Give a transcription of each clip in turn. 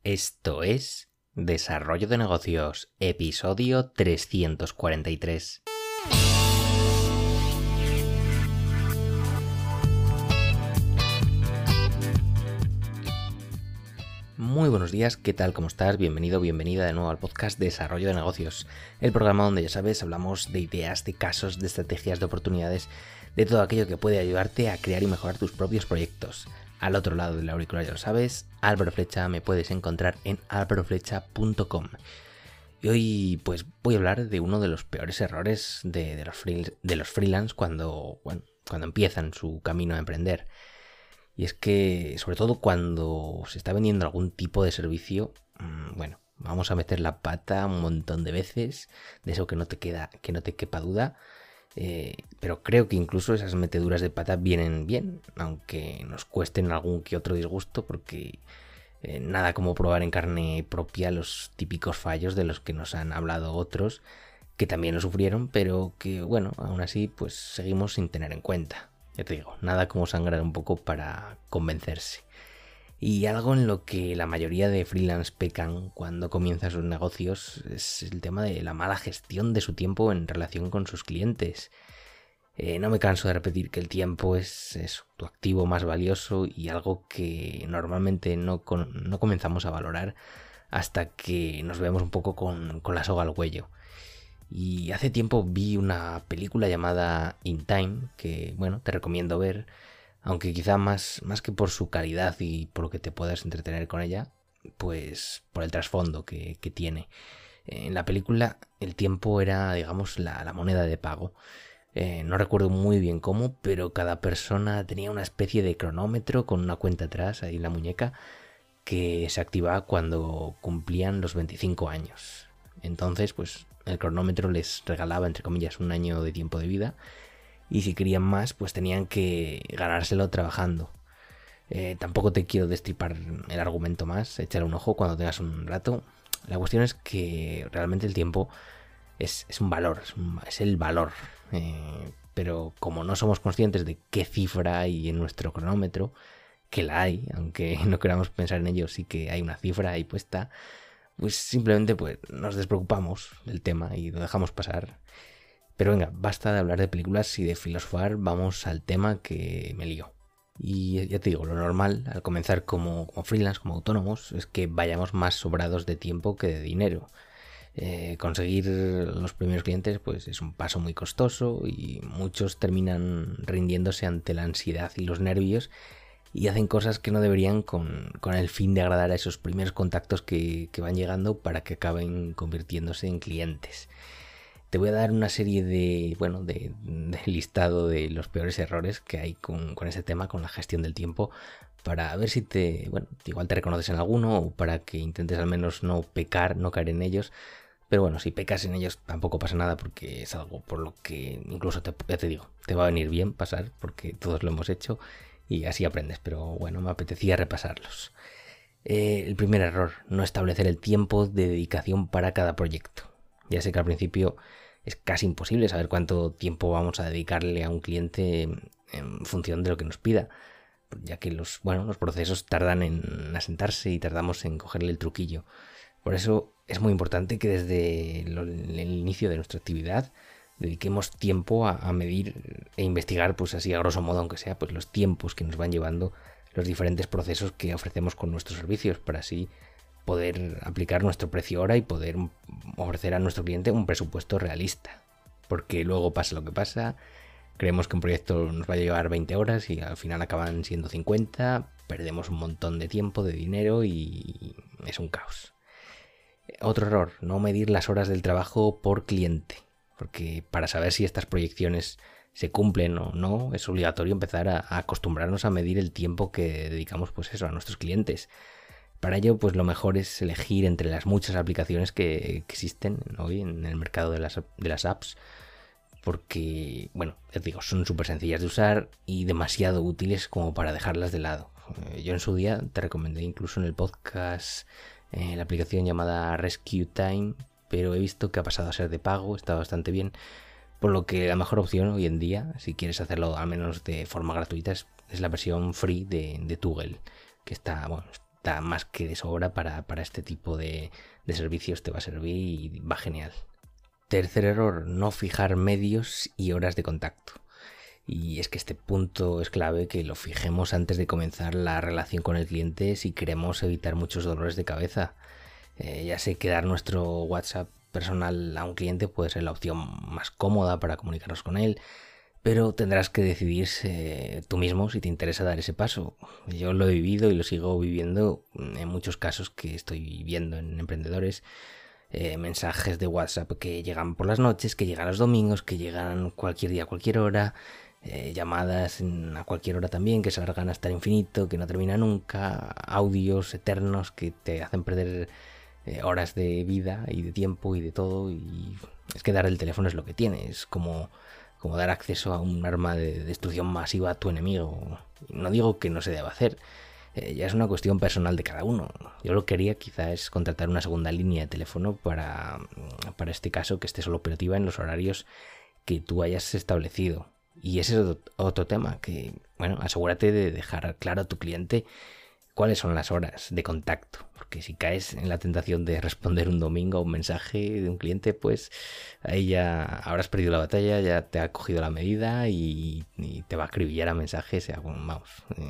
Esto es Desarrollo de Negocios, episodio 343. Muy buenos días, ¿qué tal? ¿Cómo estás? Bienvenido, bienvenida de nuevo al podcast Desarrollo de Negocios, el programa donde, ya sabes, hablamos de ideas, de casos, de estrategias, de oportunidades, de todo aquello que puede ayudarte a crear y mejorar tus propios proyectos. Al otro lado del auricular, ya lo sabes, Álvaro Flecha, me puedes encontrar en alvaroflecha.com. Y hoy pues voy a hablar de uno de los peores errores de los freelance cuando empiezan su camino a emprender. Y es que, sobre todo cuando se está vendiendo algún tipo de servicio, vamos a meter la pata un montón de veces, de eso que no te quepa duda. Pero creo que incluso esas meteduras de pata vienen bien, aunque nos cuesten algún que otro disgusto, porque nada como probar en carne propia los típicos fallos de los que nos han hablado otros, que también lo sufrieron, pero que aún así pues seguimos sin tener en cuenta. Ya te digo, nada como sangrar un poco para convencerse. Y algo en lo que la mayoría de freelance pecan cuando comienzan sus negocios es el tema de la mala gestión de su tiempo en relación con sus clientes. No me canso de repetir que el tiempo es eso, tu activo más valioso y algo que normalmente no comenzamos a valorar hasta que nos vemos un poco con la soga al cuello. Y hace tiempo vi una película llamada In Time que, te recomiendo ver, aunque quizá más que por su calidad y por lo que te puedas entretener con ella, pues por el trasfondo que tiene. En la película el tiempo era, digamos, la moneda de pago. No recuerdo muy bien cómo, pero cada persona tenía una especie de cronómetro con una cuenta atrás ahí en la muñeca que se activaba cuando cumplían los 25 años. Entonces, pues el cronómetro les regalaba, entre comillas, un año de tiempo de vida. Y si querían más, pues tenían que ganárselo trabajando. Tampoco te quiero destripar el argumento más, échale un ojo cuando tengas un rato. La cuestión es que realmente el tiempo es un valor, es el valor. Pero como no somos conscientes de qué cifra hay en nuestro cronómetro, que la hay, aunque no queramos pensar en ello, sí que hay una cifra ahí puesta, pues simplemente nos despreocupamos del tema y lo dejamos pasar. Pero venga, basta de hablar de películas y de filosofar, vamos al tema que me lío. Y ya te digo, lo normal al comenzar como freelance, como autónomos, es que vayamos más sobrados de tiempo que de dinero. Conseguir los primeros clientes pues es un paso muy costoso y muchos terminan rindiéndose ante la ansiedad y los nervios y hacen cosas que no deberían con el fin de agradar a esos primeros contactos que van llegando para que acaben convirtiéndose en clientes. Te voy a dar una serie de listado de los peores errores que hay con este tema, con la gestión del tiempo, para ver si igual te reconoces en alguno o para que intentes al menos no pecar, no caer en ellos. Pero si pecas en ellos tampoco pasa nada porque es algo por lo que incluso te va a venir bien pasar porque todos lo hemos hecho y así aprendes. Pero me apetecía repasarlos. El primer error, no establecer el tiempo de dedicación para cada proyecto. Ya sé que al principio es casi imposible saber cuánto tiempo vamos a dedicarle a un cliente en función de lo que nos pida, ya que los procesos tardan en asentarse y tardamos en cogerle el truquillo. Por eso es muy importante que desde el inicio de nuestra actividad dediquemos tiempo a medir e investigar, pues así a grosso modo, aunque sea, pues los tiempos que nos van llevando los diferentes procesos que ofrecemos con nuestros servicios, para así poder aplicar nuestro precio hora y poder ofrecer a nuestro cliente un presupuesto realista. Porque luego pasa lo que pasa, creemos que un proyecto nos va a llevar 20 horas y al final acaban siendo 50, perdemos un montón de tiempo, de dinero y es un caos. Otro error, no medir las horas del trabajo por cliente, porque para saber si estas proyecciones se cumplen o no, es obligatorio empezar a acostumbrarnos a medir el tiempo que dedicamos a nuestros clientes. Para ello, pues lo mejor es elegir entre las muchas aplicaciones que existen hoy en el mercado de las apps, porque, ya te digo, son súper sencillas de usar y demasiado útiles como para dejarlas de lado. Yo en su día te recomendé incluso en el podcast la aplicación llamada Rescue Time, pero he visto que ha pasado a ser de pago, está bastante bien, por lo que la mejor opción hoy en día, si quieres hacerlo al menos de forma gratuita, es la versión free de Toggle, que está da más que de sobra para este tipo de servicios, te va a servir y va genial. Tercer error, no fijar medios y horas de contacto. Y es que este punto es clave, que lo fijemos antes de comenzar la relación con el cliente si queremos evitar muchos dolores de cabeza. Ya sé que dar nuestro WhatsApp personal a un cliente puede ser la opción más cómoda para comunicarnos con él, pero tendrás que decidir tú mismo si te interesa dar ese paso. Yo lo he vivido y lo sigo viviendo en muchos casos que estoy viendo en emprendedores. Mensajes de WhatsApp que llegan por las noches, que llegan los domingos, que llegan cualquier día, a cualquier hora. Llamadas a cualquier hora también, que se alargan hasta el infinito, que no termina nunca. Audios eternos que te hacen perder horas de vida y de tiempo y de todo. Y es que dar el teléfono es lo que tiene. Es como dar acceso a un arma de destrucción masiva a tu enemigo. No digo que no se deba hacer, ya es una cuestión personal de cada uno. Yo lo que haría quizá es contratar una segunda línea de teléfono para este caso, que esté solo operativa en los horarios que tú hayas establecido. Y ese es otro tema, que bueno, asegúrate de dejar claro a tu cliente cuáles son las horas de contacto, porque si caes en la tentación de responder un domingo a un mensaje de un cliente, pues ahí ya habrás perdido la batalla, ya te ha cogido la medida y te va a acribillar a mensajes. Vamos,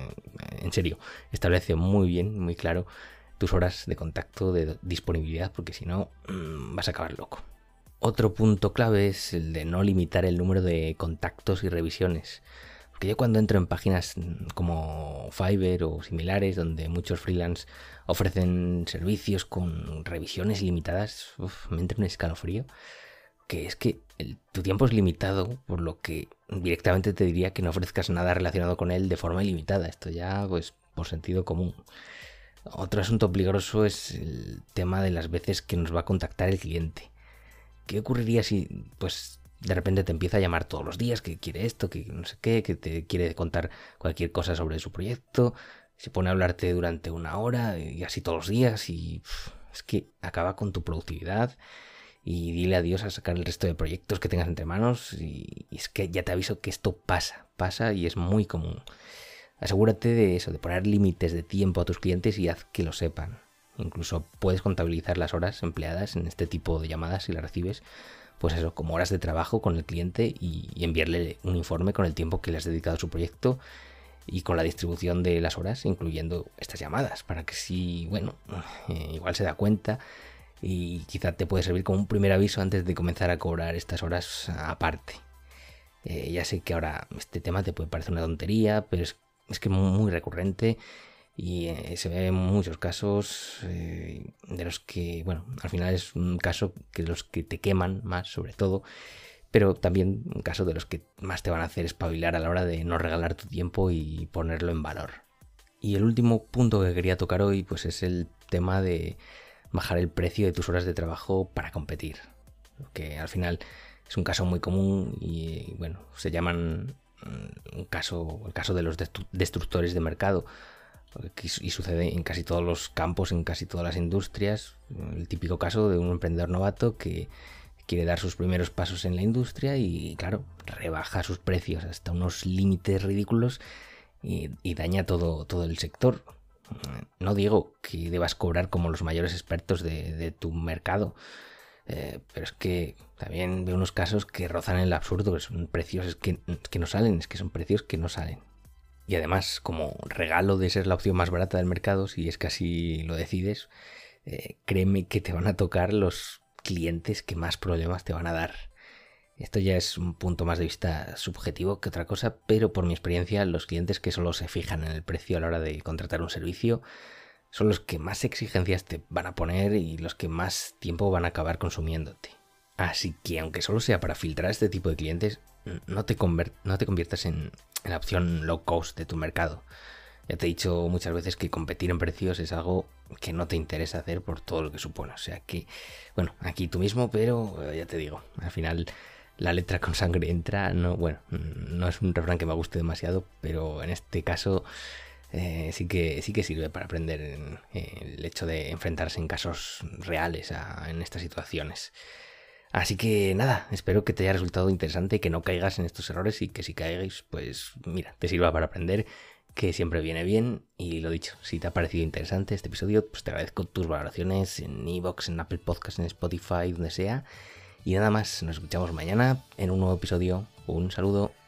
en serio, establece muy bien, muy claro tus horas de contacto, de disponibilidad, porque si no vas a acabar loco. Otro punto clave es el de no limitar el número de contactos y revisiones. Porque yo cuando entro en páginas como Fiverr o similares, donde muchos freelance ofrecen servicios con revisiones limitadas, me entra un escalofrío. Que es que tu tiempo es limitado, por lo que directamente te diría que no ofrezcas nada relacionado con él de forma ilimitada. Esto ya, pues, por sentido común. Otro asunto peligroso es el tema de las veces que nos va a contactar el cliente. ¿Qué ocurriría si, pues, de repente te empieza a llamar todos los días, que quiere esto, que no sé qué, que te quiere contar cualquier cosa sobre su proyecto, se pone a hablarte durante una hora y así todos los días, y es que acaba con tu productividad y dile adiós a sacar el resto de proyectos que tengas entre manos. Y es que ya te aviso que esto pasa y es muy común. Asegúrate de eso, de poner límites de tiempo a tus clientes y haz que lo sepan. Incluso puedes contabilizar las horas empleadas en este tipo de llamadas si las recibes, pues eso, como horas de trabajo con el cliente, y enviarle un informe con el tiempo que le has dedicado a su proyecto y con la distribución de las horas, incluyendo estas llamadas, para que si, bueno, igual se da cuenta y quizá te puede servir como un primer aviso antes de comenzar a cobrar estas horas aparte. Ya sé que ahora este tema te puede parecer una tontería, pero es que es muy recurrente. Y se ve en muchos casos de los que, bueno, al final es un caso que los que te queman más, sobre todo, pero también un caso de los que más te van a hacer espabilar a la hora de no regalar tu tiempo y ponerlo en valor. Y el último punto que quería tocar hoy, pues es el tema de bajar el precio de tus horas de trabajo para competir, que al final es un caso muy común y, bueno, se llaman el caso de los destructores de mercado. Y sucede en casi todos los campos, en casi todas las industrias. El típico caso de un emprendedor novato que quiere dar sus primeros pasos en la industria y, claro, rebaja sus precios hasta unos límites ridículos y daña todo el sector. No digo que debas cobrar como los mayores expertos de tu mercado, pero es que también veo unos casos que rozan el absurdo, que son precios que no salen, es que son precios que no salen. Y además, como regalo de ser la opción más barata del mercado, si es que así lo decides, créeme que te van a tocar los clientes que más problemas te van a dar. Esto ya es un punto más de vista subjetivo que otra cosa, pero por mi experiencia, los clientes que solo se fijan en el precio a la hora de contratar un servicio son los que más exigencias te van a poner y los que más tiempo van a acabar consumiéndote. Así que, aunque solo sea para filtrar este tipo de clientes, no te conviertas en la opción low cost de tu mercado. Ya te he dicho muchas veces que competir en precios es algo que no te interesa hacer por todo lo que supone. O sea que, bueno, aquí tú mismo, pero ya te digo, al final la letra con sangre entra. No, bueno, no es un refrán que me guste demasiado, pero en este caso sí que sirve para aprender el hecho de enfrentarse en casos reales en estas situaciones. Así que nada, espero que te haya resultado interesante y que no caigas en estos errores, y que si caigas, pues mira, te sirva para aprender que siempre viene bien. Y lo dicho, si te ha parecido interesante este episodio, pues te agradezco tus valoraciones en iVoox, en Apple Podcasts, en Spotify, donde sea. Y nada más, nos escuchamos mañana en un nuevo episodio. Un saludo.